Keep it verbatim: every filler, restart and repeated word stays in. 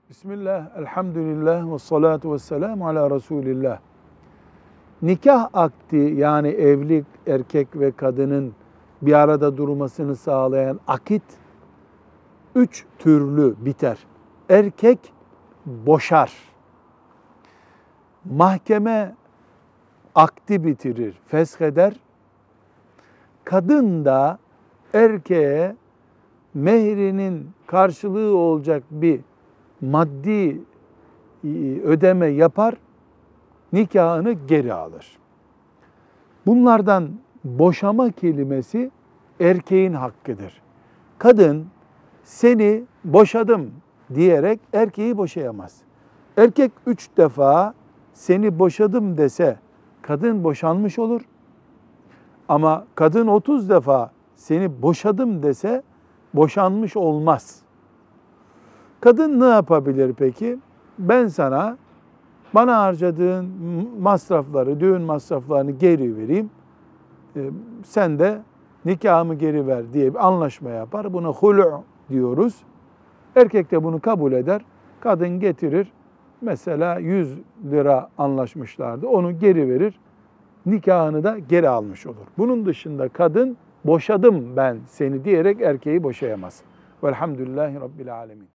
Bismillah, elhamdülillah ve salatu ve selamu ala Resulillah. Nikah akdi yani evlilik erkek ve kadının bir arada durmasını sağlayan akit üç türlü biter. Erkek boşar. Mahkeme akdi bitirir, fesheder. Kadın da erkeğe mehrinin karşılığı olacak bir maddi ödeme yapar, nikahını geri alır. Bunlardan boşama kelimesi erkeğin hakkıdır. Kadın seni boşadım diyerek erkeği boşayamaz. Erkek üç defa seni boşadım dese kadın boşanmış olur. Ama kadın otuz defa seni boşadım dese boşanmış olmaz. Kadın ne yapabilir peki? Ben sana bana harcadığın masrafları, düğün masraflarını geri vereyim. Sen de nikahımı geri ver diye bir anlaşma yapar. Buna hulu diyoruz. Erkek de bunu kabul eder. Kadın getirir. Mesela yüz lira anlaşmışlardı. Onu geri verir. Nikahını da geri almış olur. Bunun dışında kadın boşadım ben seni diyerek erkeği boşayamaz. Velhamdülillahi Rabbil alemin.